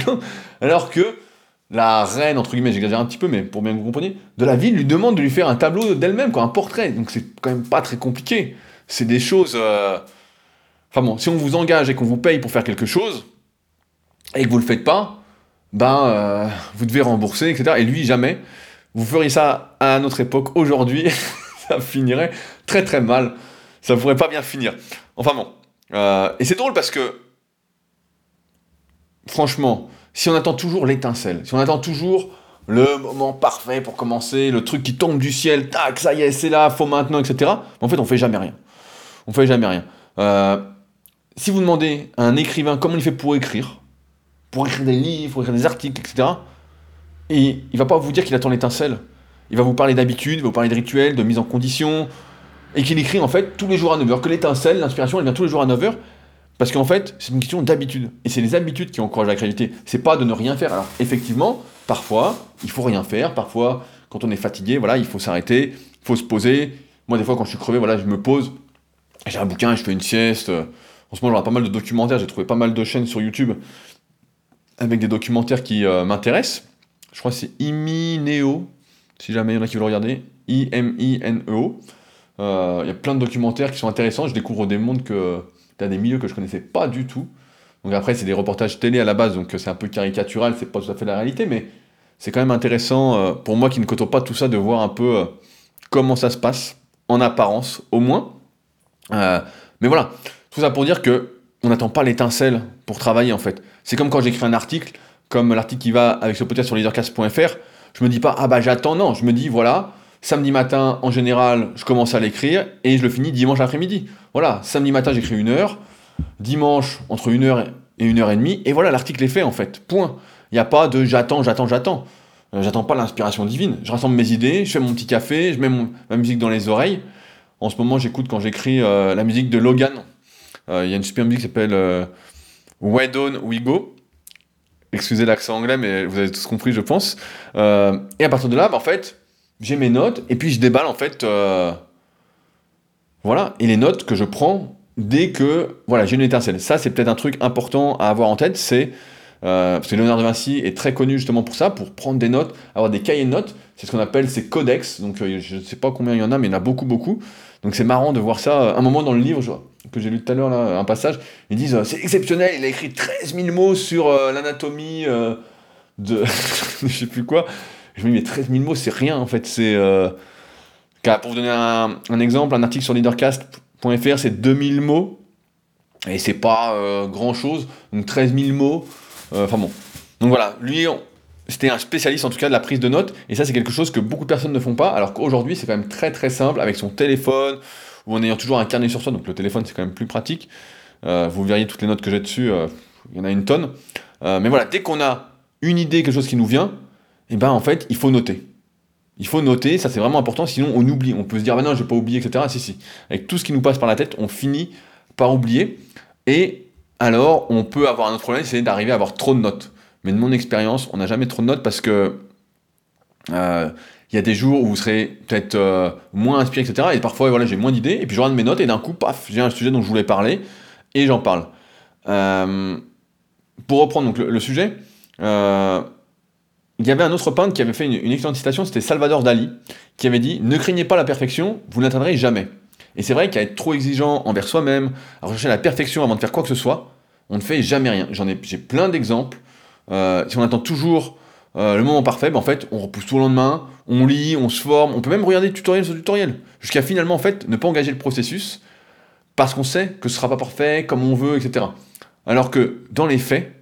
[SPEAKER 1] Alors que la reine, entre guillemets, j'exagère un petit peu, mais pour bien que vous compreniez, de la ville lui demande de lui faire un tableau d'elle-même, quoi, un portrait. Donc c'est quand même pas très compliqué. C'est des choses... Euh... Enfin bon, si on vous engage et qu'on vous paye pour faire quelque chose, et que vous le faites pas, ben, euh, vous devez rembourser, et cetera. Et lui, jamais. Vous feriez ça à notre époque, aujourd'hui, ça finirait très très mal. Ça pourrait pas bien finir. Enfin bon. Euh, et c'est drôle parce que, franchement, si on attend toujours l'étincelle, si on attend toujours le moment parfait pour commencer, le truc qui tombe du ciel, tac, ça y est, c'est là, faut maintenant, et cetera. En fait, on fait jamais rien. On fait jamais rien. Euh, si vous demandez à un écrivain comment il fait pour écrire, pour écrire des livres, pour écrire des articles, et cetera, et il va pas vous dire qu'il attend l'étincelle. il va vous parler d'habitude, il va vous parler de rituels, de mise en condition, et qu'il écrit en fait tous les jours à neuf heures, que l'étincelle, l'inspiration, elle vient tous les jours à neuf heures, parce qu'en fait, c'est une question d'habitude. Et c'est les habitudes qui encouragent la créativité. C'est pas de ne rien faire. Alors, effectivement, parfois, il faut rien faire. Parfois, quand on est fatigué, voilà, il faut s'arrêter, il faut se poser. Moi, des fois, quand je suis crevé, voilà, je me pose, j'ai un bouquin, je fais une sieste. En ce moment, j'aurai pas mal de documentaires. J'ai trouvé pas mal de chaînes sur YouTube avec des documentaires qui euh, m'intéressent. Je crois que c'est Imineo, si jamais il y en a qui veulent regarder. I M I N E O. Euh, il y a plein de documentaires qui sont intéressants. Je découvre des mondes que... T'as des milieux que je connaissais pas du tout. Donc après, c'est des reportages télé à la base, donc c'est un peu caricatural, c'est pas tout à fait la réalité, mais c'est quand même intéressant, euh, pour moi qui ne côtoie pas tout ça, de voir un peu euh, comment ça se passe, en apparence, au moins. Euh, mais voilà, tout ça pour dire que on n'attend pas l'étincelle pour travailler, en fait. C'est comme quand j'écris un article, comme l'article qui va avec ce podcast sur leadercast point F R, je me dis pas, ah bah j'attends, non, je me dis, voilà, samedi matin, en général, je commence à l'écrire, et je le finis dimanche après-midi. Voilà, samedi matin, j'écris une heure, dimanche, entre une heure et une heure et demie, et voilà, l'article est fait, en fait, point. Il n'y a pas de j'attends, j'attends, j'attends. Euh, j'attends pas l'inspiration divine. Je rassemble mes idées, je fais mon petit café, je mets mon- ma musique dans les oreilles. En ce moment, j'écoute quand j'écris euh, la musique de Logan. Euh, Il y a une super musique qui s'appelle euh, Why Don't We Go. Excusez l'accent anglais, mais vous avez tous compris, je pense. Euh, et à partir de là, bah, en fait, j'ai mes notes, et puis je déballe, en fait, euh, voilà, et les notes que je prends dès que, voilà, j'ai une étincelle. Ça, c'est peut-être un truc important à avoir en tête, c'est, euh, parce que Léonard de Vinci est très connu justement pour ça, pour prendre des notes, avoir des cahiers de notes, c'est ce qu'on appelle ces codex, donc euh, je ne sais pas combien il y en a, mais il y en a beaucoup, beaucoup. Donc c'est marrant de voir ça. Un moment dans le livre je- que j'ai lu tout à l'heure, là, un passage, ils disent euh, c'est exceptionnel, il a écrit treize mille mots sur euh, l'anatomie euh, de je sais plus quoi. Je me dis, mais treize mille mots, c'est rien en fait. C'est, euh, car pour vous donner un, un exemple, un article sur leadercast point F R, c'est deux mille mots, et c'est pas euh, grand chose, donc treize mille mots, euh, enfin bon. Donc voilà, lui, on- c'était un spécialiste en tout cas de la prise de notes, et ça c'est quelque chose que beaucoup de personnes ne font pas, alors qu'aujourd'hui c'est quand même très très simple, avec son téléphone, ou en ayant toujours un carnet sur soi, donc le téléphone c'est quand même plus pratique. Euh, vous verriez toutes les notes que j'ai dessus, euh, il y en a une tonne. Euh, mais voilà, dès qu'on a une idée, quelque chose qui nous vient, et ben en fait, il faut noter. Il faut noter, ça c'est vraiment important, sinon on oublie. On peut se dire, ah ben non, je vais pas oublier, et cetera. Si, si. Avec tout ce qui nous passe par la tête, on finit par oublier. Et alors, on peut avoir un autre problème, c'est d'arriver à avoir trop de notes. Mais de mon expérience, on n'a jamais trop de notes parce que euh, il y a des jours où vous serez peut-être euh, moins inspiré, et cetera. Et parfois, voilà, j'ai moins d'idées, et puis je regarde mes notes, et d'un coup, paf, j'ai un sujet dont je voulais parler, et j'en parle. Euh, pour reprendre donc, le, le sujet, euh, il y avait un autre peintre qui avait fait une, une excellente citation, c'était Salvador Dali, qui avait dit « Ne craignez pas la perfection, vous ne l'atteindrez jamais ». Et c'est vrai qu'à être trop exigeant envers soi-même, à rechercher la perfection avant de faire quoi que ce soit, on ne fait jamais rien. J'en ai, j'ai plein d'exemples. Euh, si on attend toujours euh, le moment parfait, ben en fait, on repousse tout le lendemain, on lit, on se forme, on peut même regarder tutoriel sur tutoriel, jusqu'à finalement en fait ne pas engager le processus parce qu'on sait que ce sera pas parfait, comme on veut, et cetera. Alors que dans les faits,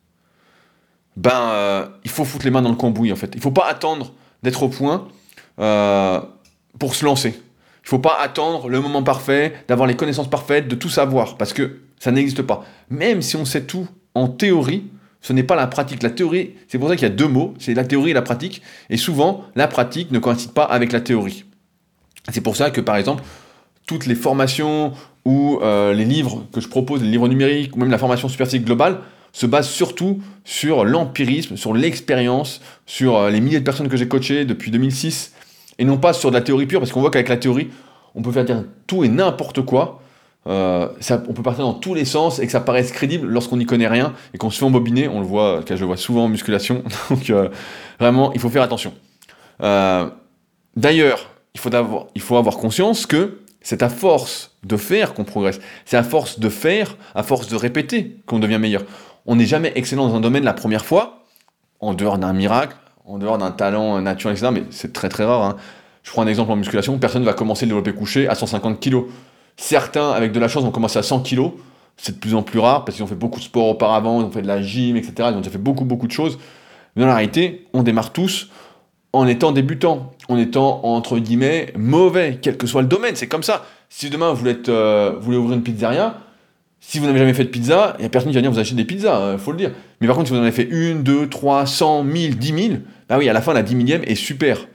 [SPEAKER 1] ben, euh, il faut foutre les mains dans le cambouis en fait. Il faut pas attendre d'être au point euh, pour se lancer. Il faut pas attendre le moment parfait, d'avoir les connaissances parfaites, de tout savoir, parce que ça n'existe pas. Même si on sait tout en théorie, ce n'est pas la pratique. La théorie, c'est pour ça qu'il y a deux mots, c'est la théorie et la pratique, et souvent, la pratique ne coïncide pas avec la théorie. C'est pour ça que, par exemple, toutes les formations ou euh, les livres que je propose, les livres numériques, ou même la formation Superphysique globale, se basent surtout sur l'empirisme, sur l'expérience, sur euh, les milliers de personnes que j'ai coachées depuis deux mille six, et non pas sur de la théorie pure, parce qu'on voit qu'avec la théorie, on peut faire dire tout et n'importe quoi, euh, ça, on peut partir dans tous les sens, et que ça paraisse crédible lorsqu'on n'y connaît rien, et qu'on se fait embobiner, on le voit, car je le vois souvent en musculation, donc euh, vraiment, il faut faire attention. Euh, D'ailleurs, il faut, avoir, il faut avoir conscience que c'est à force de faire qu'on progresse. C'est à force de faire, à force de répéter qu'on devient meilleur. On n'est jamais excellent dans un domaine la première fois, en dehors d'un miracle, en dehors d'un talent naturel, et cetera. Mais c'est très très rare. Hein. Je prends un exemple en musculation, personne ne va commencer le développé couché à cent cinquante kilos. Certains, avec de la chance, vont commencer à cent kilos. C'est de plus en plus rare, parce qu'ils ont fait beaucoup de sport auparavant, ils ont fait de la gym, et cetera. Ils ont déjà fait beaucoup beaucoup de choses. Mais dans la réalité, on démarre tous en étant débutant, en étant, entre guillemets, mauvais, quel que soit le domaine, c'est comme ça. Si demain vous voulez, être, euh, vous voulez ouvrir une pizzeria, si vous n'avez jamais fait de pizza, il n'y a personne qui va venir vous acheter des pizzas, il faut le dire. Mais par contre, si vous en avez fait une, deux, trois, cent, mille, dix mille, bah oui, à la fin, la dix millième est super.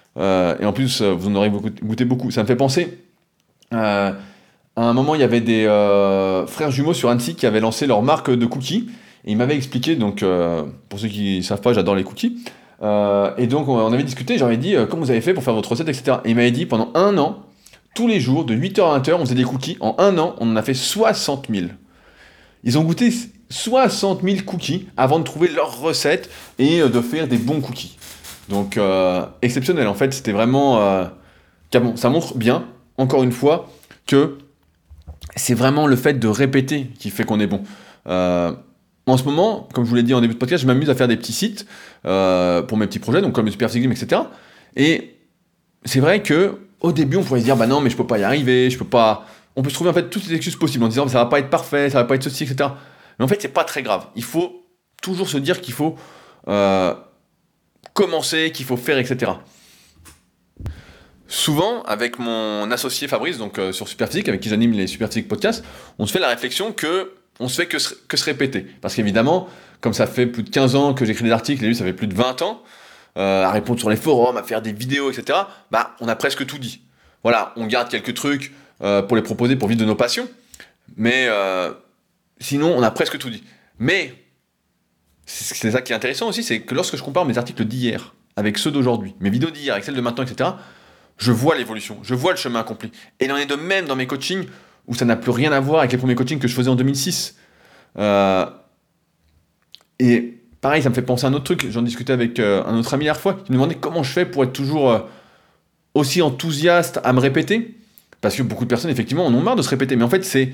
[SPEAKER 1] Euh, et en plus, euh, vous en aurez beaucoup- goûté beaucoup. Ça me fait penser, euh, à un moment, il y avait des euh, frères jumeaux sur Annecy qui avaient lancé leur marque de cookies. Et ils m'avaient expliqué, donc euh, pour ceux qui ne savent pas, j'adore les cookies. Euh, et donc on on avait discuté, j'avais dit euh, comment vous avez fait pour faire votre recette, et cetera. Et il m'avait dit pendant un an, tous les jours, de huit heures à vingt heures, on faisait des cookies. En un an, on en a fait soixante mille. Ils ont goûté soixante mille cookies avant de trouver leur recette et euh, de faire des bons cookies. Donc euh, exceptionnel en fait, c'était vraiment... euh, car bon, ça montre bien, encore une fois, que c'est vraiment le fait de répéter qui fait qu'on est bon. Euh, en ce moment, comme je vous l'ai dit en début de podcast, je m'amuse à faire des petits sites euh, pour mes petits projets, donc comme le Super Six Game, et cetera. Et c'est vrai que au début, on pourrait se dire, bah non, mais je peux pas y arriver, je peux pas. On peut se trouver en fait toutes les excuses possibles en disant, ça va pas être parfait, ça va pas être ceci, et cetera. Mais en fait, c'est pas très grave. Il faut toujours se dire qu'il faut euh, commencer, qu'il faut faire, et cetera. Souvent, avec mon associé Fabrice, donc euh, sur Superphysique, avec qui j'anime les Superphysique podcasts, on se fait la réflexion que on se fait que se, que se répéter. Parce qu'évidemment, comme ça fait plus de quinze ans que j'écris des articles, et lui ça fait plus de vingt ans, euh, à répondre sur les forums, à faire des vidéos, et cetera, bah on a presque tout dit. Voilà, on garde quelques trucs euh, pour les proposer pour vivre de nos passions, mais euh, sinon on a presque tout dit. Mais c'est c'est ça qui est intéressant aussi, c'est que lorsque je compare mes articles d'hier avec ceux d'aujourd'hui, mes vidéos d'hier avec celles de maintenant, et cetera, je vois l'évolution, je vois le chemin accompli. Et il en est de même dans mes coachings, où ça n'a plus rien à voir avec les premiers coachings que je faisais en deux mille six. Euh, et pareil, ça me fait penser à un autre truc, j'en discutais avec euh, un autre ami hier fois, qui me demandait comment je fais pour être toujours euh, aussi enthousiaste à me répéter. Parce que beaucoup de personnes, effectivement, en ont marre de se répéter. Mais en fait, c'est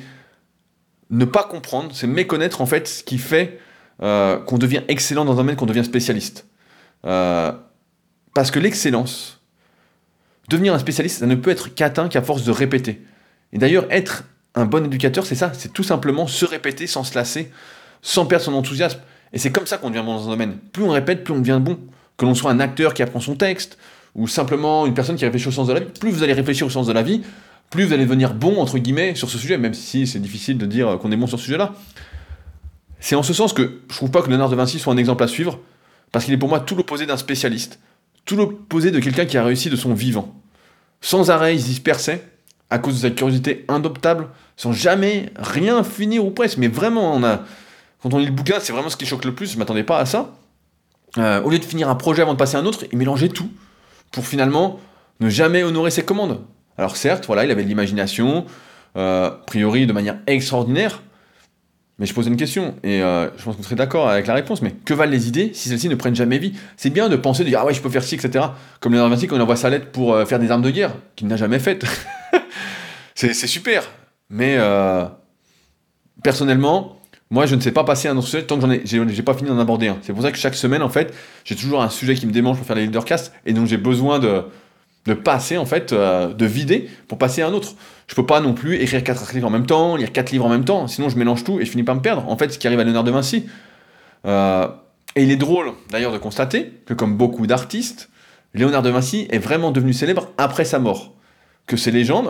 [SPEAKER 1] ne pas comprendre, c'est méconnaître en fait ce qui fait euh, qu'on devient excellent dans un domaine, qu'on devient spécialiste. Euh, parce que l'excellence, devenir un spécialiste, ça ne peut être qu'atteint qu'à force de répéter. Et d'ailleurs, être un bon éducateur, c'est ça, c'est tout simplement se répéter sans se lasser, sans perdre son enthousiasme. Et c'est comme ça qu'on devient bon dans un domaine. Plus on répète, plus on devient bon. Que l'on soit un acteur qui apprend son texte, ou simplement une personne qui réfléchit au sens de la vie, plus vous allez réfléchir au sens de la vie, plus vous allez devenir bon, entre guillemets, sur ce sujet, même si c'est difficile de dire qu'on est bon sur ce sujet-là. C'est en ce sens que je trouve pas que Léonard de Vinci soit un exemple à suivre, parce qu'il est pour moi tout l'opposé d'un spécialiste, tout l'opposé de quelqu'un qui a réussi de son vivant. Sans arrêt, il se dispersait, à cause de sa curiosité indoptable, sans jamais rien finir ou presque. Mais vraiment, on a, quand on lit le bouquin, c'est vraiment ce qui choque le plus, je m'attendais pas à ça. Euh, au lieu de finir un projet avant de passer à un autre, il mélangeait tout, pour finalement ne jamais honorer ses commandes. Alors certes, voilà, il avait de l'imagination, euh, a priori de manière extraordinaire, mais je pose une question, et euh, je pense que vous serez d'accord avec la réponse, mais que valent les idées si celles-ci ne prennent jamais vie? C'est bien de penser, de dire « Ah ouais, je peux faire ci, et cetera » Comme Léonard de Vinci, quand il envoie sa lettre pour euh, faire des armes de guerre, qu'il n'a jamais faites. c'est, c'est super, mais euh, personnellement, moi je ne sais pas passer à un autre sujet tant que j'en ai, j'ai, j'ai pas fini d'en aborder un. C'est pour ça que chaque semaine, en fait, j'ai toujours un sujet qui me démange pour faire les leadercasts, et donc j'ai besoin de, de passer, en fait, euh, de vider pour passer à un autre. Je peux pas non plus écrire quatre articles en même temps, lire quatre livres en même temps, sinon je mélange tout et je finis par me perdre. En fait, ce qui arrive à Léonard de Vinci. Euh, et il est drôle d'ailleurs de constater que, comme beaucoup d'artistes, Léonard de Vinci est vraiment devenu célèbre après sa mort. Que ces légendes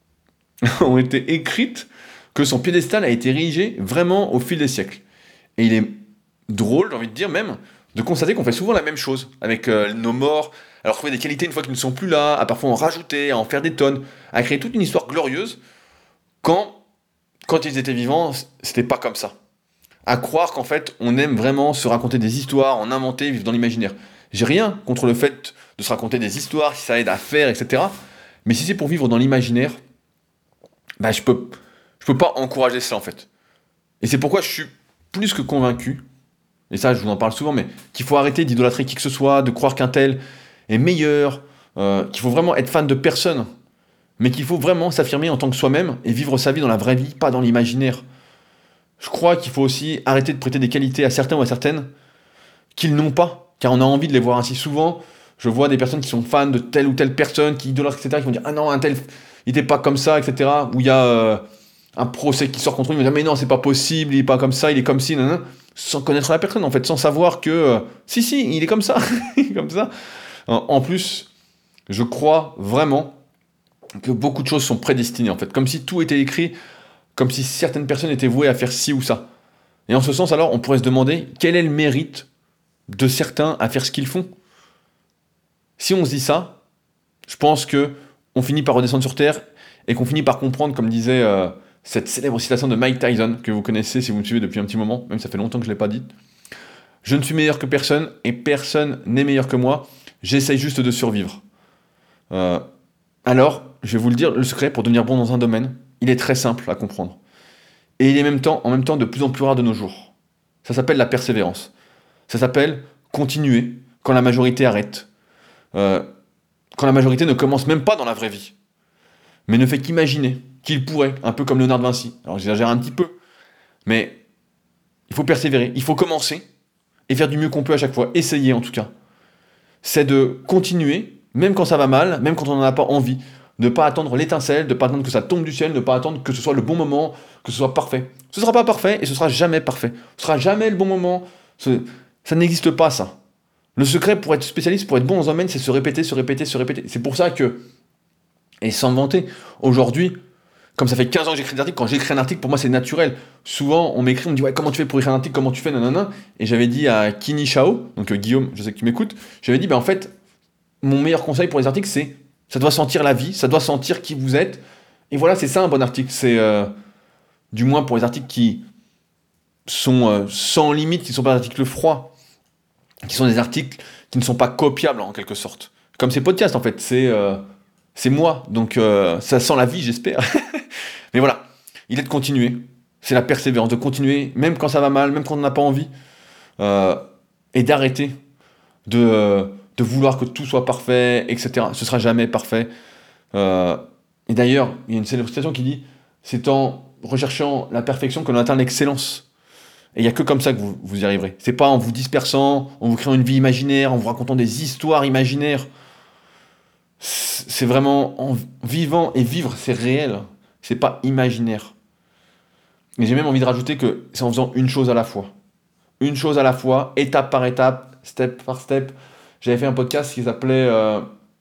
[SPEAKER 1] ont été écrites, que son piédestal a été érigé vraiment au fil des siècles. Et il est drôle, j'ai envie de dire même, de constater qu'on fait souvent la même chose avec euh, nos morts, à leur trouver des qualités une fois qu'ils ne sont plus là, à parfois en rajouter, à en faire des tonnes, à créer toute une histoire glorieuse, quand, quand ils étaient vivants, c'était pas comme ça. À croire qu'en fait, on aime vraiment se raconter des histoires, en inventer, vivre dans l'imaginaire. J'ai rien contre le fait de se raconter des histoires, si ça aide à faire, et cetera. Mais si c'est pour vivre dans l'imaginaire, bah je peux, je peux pas encourager ça en fait. Et c'est pourquoi je suis plus que convaincu, et ça je vous en parle souvent, mais qu'il faut arrêter d'idolâtrer qui que ce soit, de croire qu'un tel est meilleur, euh, qu'il faut vraiment être fan de personne, mais qu'il faut vraiment s'affirmer en tant que soi-même et vivre sa vie dans la vraie vie, pas dans l'imaginaire. Je crois qu'il faut aussi arrêter de prêter des qualités à certains ou à certaines qu'ils n'ont pas, car on a envie de les voir ainsi. Souvent, je vois des personnes qui sont fans de telle ou telle personne, qui idolâtrent, et cetera, qui vont dire « Ah non, un tel, il était pas comme ça, et cetera » Ou il y a euh, un procès qui sort contre lui, ils vont dire « Mais non, c'est pas possible, il est pas comme ça, il est comme ci, nan, nan. » Sans connaître la personne, en fait, sans savoir que euh, « Si, si, il est comme ça, il est comme ça. » En plus, je crois vraiment que beaucoup de choses sont prédestinées, en fait, comme si tout était écrit, comme si certaines personnes étaient vouées à faire ci ou ça. Et en ce sens, alors, on pourrait se demander quel est le mérite de certains à faire ce qu'ils font. Si on se dit ça, je pense que on finit par redescendre sur Terre et qu'on finit par comprendre, comme disait euh, cette célèbre citation de Mike Tyson, que vous connaissez si vous me suivez depuis un petit moment, même si ça fait longtemps que je ne l'ai pas dit. Je ne suis meilleur que personne et personne n'est meilleur que moi. J'essaye juste de survivre. Euh, alors, je vais vous le dire, le secret pour devenir bon dans un domaine, il est très simple à comprendre. Et il est en même temps, en même temps de plus en plus rare de nos jours. Ça s'appelle la persévérance. Ça s'appelle continuer quand la majorité arrête. Euh, quand la majorité ne commence même pas dans la vraie vie. Mais ne fait qu'imaginer qu'il pourrait, un peu comme Léonard de Vinci. Alors j'exagère un petit peu, mais il faut persévérer, il faut commencer et faire du mieux qu'on peut à chaque fois, essayer en tout cas. C'est de continuer, même quand ça va mal, même quand on n'en a pas envie, de ne pas attendre l'étincelle, de ne pas attendre que ça tombe du ciel, de ne pas attendre que ce soit le bon moment, que ce soit parfait. Ce ne sera pas parfait et ce sera jamais parfait. Ce sera jamais le bon moment. Ce- Ça n'existe pas, ça. Le secret pour être spécialiste, pour être bon dans un domaine, c'est se répéter, se répéter, se répéter. C'est pour ça que, et sans me vanter, aujourd'hui, comme ça fait quinze ans que j'écris des articles, quand j'écris un article, pour moi c'est naturel. Souvent, on m'écrit, on me dit, ouais, comment tu fais pour écrire un article, comment tu fais, nanana. Et j'avais dit à Kini Chao, donc euh, Guillaume, je sais que tu m'écoutes, j'avais dit, ben en fait, mon meilleur conseil pour les articles, c'est, ça doit sentir la vie, ça doit sentir qui vous êtes. Et voilà, c'est ça un bon article. C'est, euh, du moins pour les articles qui sont euh, sans limite, qui ne sont pas des articles froids, qui sont des articles qui ne sont pas copiables en quelque sorte. Comme ces podcasts en fait, c'est euh, c'est moi, donc euh, ça sent la vie j'espère. Mais voilà, il est de continuer, c'est la persévérance, de continuer, même quand ça va mal, même quand on n'a pas envie, euh, et d'arrêter de, euh, de vouloir que tout soit parfait, et cetera. Ce sera jamais parfait. Euh, et d'ailleurs, il y a une célèbre citation qui dit, c'est en recherchant la perfection qu'on atteint l'excellence. Et il n'y a que comme ça que vous, vous y arriverez. C'est pas en vous dispersant, en vous créant une vie imaginaire, en vous racontant des histoires imaginaires. C'est vraiment en vivant, et vivre, c'est réel. C'est pas imaginaire. Et j'ai même envie de rajouter que c'est en faisant une chose à la fois. Une chose à la fois, étape par étape, step par step. J'avais fait un podcast qui s'appelait euh,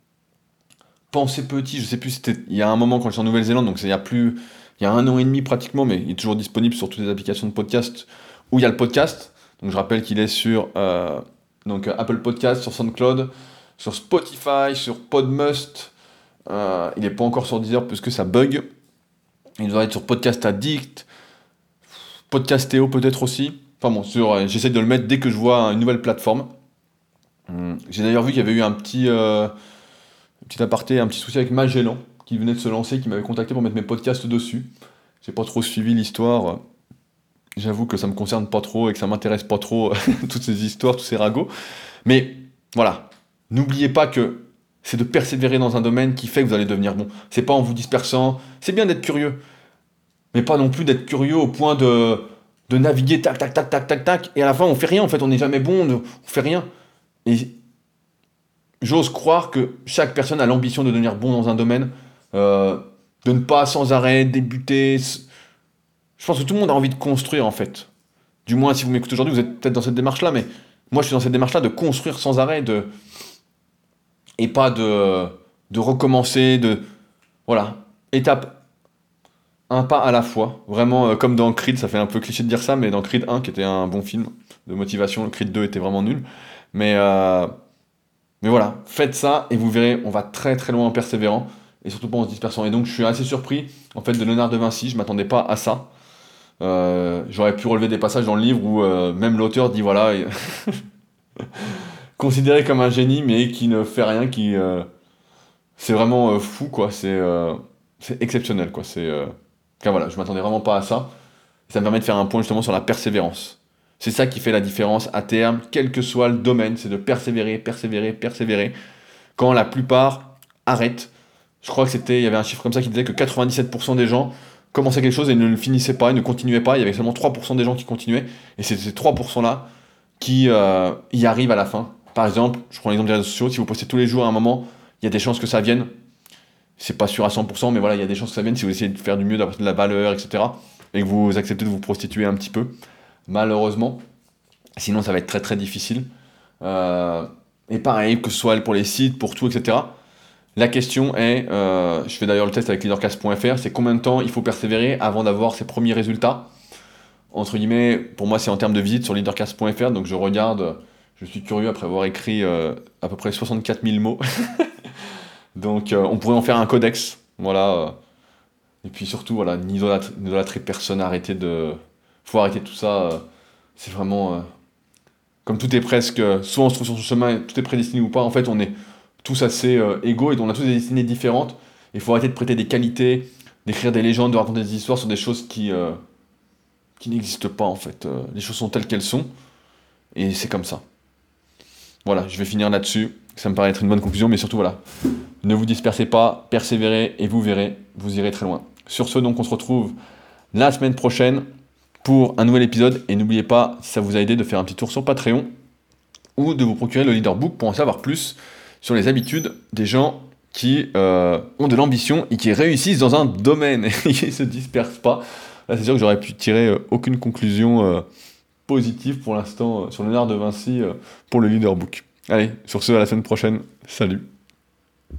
[SPEAKER 1] Penser petit, je sais plus, c'était il y a un moment quand j'étais en Nouvelle-Zélande, donc c'est il y a plus, il y a un an et demi pratiquement, mais il est toujours disponible sur toutes les applications de podcast où il y a le podcast. Donc je rappelle qu'il est sur euh, donc, euh, Apple Podcast, sur SoundCloud, sur Spotify, sur Podmust. Euh, il n'est pas encore sur Deezer parce que ça bug. Il doit être sur Podcast Addict, Podcastéo peut-être aussi. Enfin bon, sur, euh, j'essaie de le mettre dès que je vois une nouvelle plateforme. Hum, J'ai d'ailleurs vu qu'il y avait eu un petit, euh, un petit aparté, un petit souci avec Magellan qui venait de se lancer, qui m'avait contacté pour mettre mes podcasts dessus. J'ai pas trop suivi l'histoire. J'avoue que ça me concerne pas trop et que ça m'intéresse pas trop toutes ces histoires, tous ces ragots. Mais voilà, n'oubliez pas que c'est de persévérer dans un domaine qui fait que vous allez devenir bon. C'est pas en vous dispersant. C'est bien d'être curieux, mais pas non plus d'être curieux au point de, de naviguer tac tac tac tac tac tac et à la fin on fait rien. En fait, on n'est jamais bon, on fait rien. Et j'ose croire que chaque personne a l'ambition de devenir bon dans un domaine, euh, de ne pas sans arrêt débuter. Je pense que tout le monde a envie de construire en fait. Du moins, si vous m'écoutez aujourd'hui, vous êtes peut-être dans cette démarche-là, mais moi je suis dans cette démarche-là de construire sans arrêt, de et pas de, de recommencer, de voilà, étape, un pas à la fois. Vraiment, euh, comme dans Creed, ça fait un peu cliché de dire ça, mais dans Creed un, qui était un bon film de motivation, le Creed deux était vraiment nul. Mais, euh, mais voilà, faites ça et vous verrez, on va très très loin en persévérant et surtout pas en se dispersant. Et donc je suis assez surpris en fait de Léonard de Vinci, je m'attendais pas à ça. Euh, j'aurais pu relever des passages dans le livre où euh, même l'auteur dit voilà, considéré comme un génie mais qui ne fait rien, qui euh, c'est vraiment euh, fou quoi, c'est euh, c'est exceptionnel quoi, c'est euh... Enfin, voilà, je m'attendais vraiment pas à ça. Ça me permet de faire un point justement sur la persévérance. C'est ça qui fait la différence à terme, quel que soit le domaine, c'est de persévérer, persévérer, persévérer. Quand la plupart arrêtent, je crois que c'était, il y avait un chiffre comme ça qui disait que quatre-vingt-dix-sept pour cent des gens commençaient quelque chose et ne le finissaient pas, et ne continuaient pas. Il y avait seulement trois pour cent des gens qui continuaient, et c'est ces trois pour cent là qui euh, y arrivent à la fin. Par exemple, je prends l'exemple des réseaux sociaux, si vous postez tous les jours à un moment, il y a des chances que ça vienne. C'est pas sûr à cent pour cent, mais voilà, il y a des chances que ça vienne si vous essayez de faire du mieux, d'apporter de la valeur, et cetera. Et que vous acceptez de vous prostituer un petit peu, malheureusement. Sinon, ça va être très très difficile. Euh, et pareil, que ce soit pour les sites, pour tout, et cetera. La question est, euh, je fais d'ailleurs le test avec leadercast point f r, c'est combien de temps il faut persévérer avant d'avoir ses premiers résultats. Entre guillemets, pour moi, c'est en termes de visite sur leadercast point f r, donc je regarde, je suis curieux après avoir écrit euh, à peu près soixante-quatre mille mots. Donc euh, on pourrait en faire un codex, voilà. euh, Et puis surtout, voilà, n'idolâtrer n'idolâtrer personne, arrêter de... Faut arrêter tout ça, euh, c'est vraiment... euh, Comme tout est presque... euh, Soit on se trouve sur son chemin, et tout est prédestiné ou pas, en fait on est tous assez euh, égaux et on a tous des destinées différentes. Il faut arrêter de prêter des qualités, d'écrire des légendes, de raconter des histoires sur des choses qui, euh, qui n'existent pas en fait. Euh, les choses sont telles qu'elles sont, et c'est comme ça. Voilà, je vais finir là-dessus. Ça me paraît être une bonne conclusion, mais surtout voilà, ne vous dispersez pas, persévérez et vous verrez, vous irez très loin. Sur ce, donc, on se retrouve la semaine prochaine pour un nouvel épisode. Et n'oubliez pas, si ça vous a aidé, de faire un petit tour sur Patreon ou de vous procurer le Leader Book pour en savoir plus sur les habitudes des gens qui euh, ont de l'ambition et qui réussissent dans un domaine et qui ne se dispersent pas. Là, c'est sûr que j'aurais pu tirer euh, aucune conclusion euh, positive pour l'instant euh, sur Léonard de Vinci euh, pour le Leader Book. Allez, sur ce, à la semaine prochaine. Salut.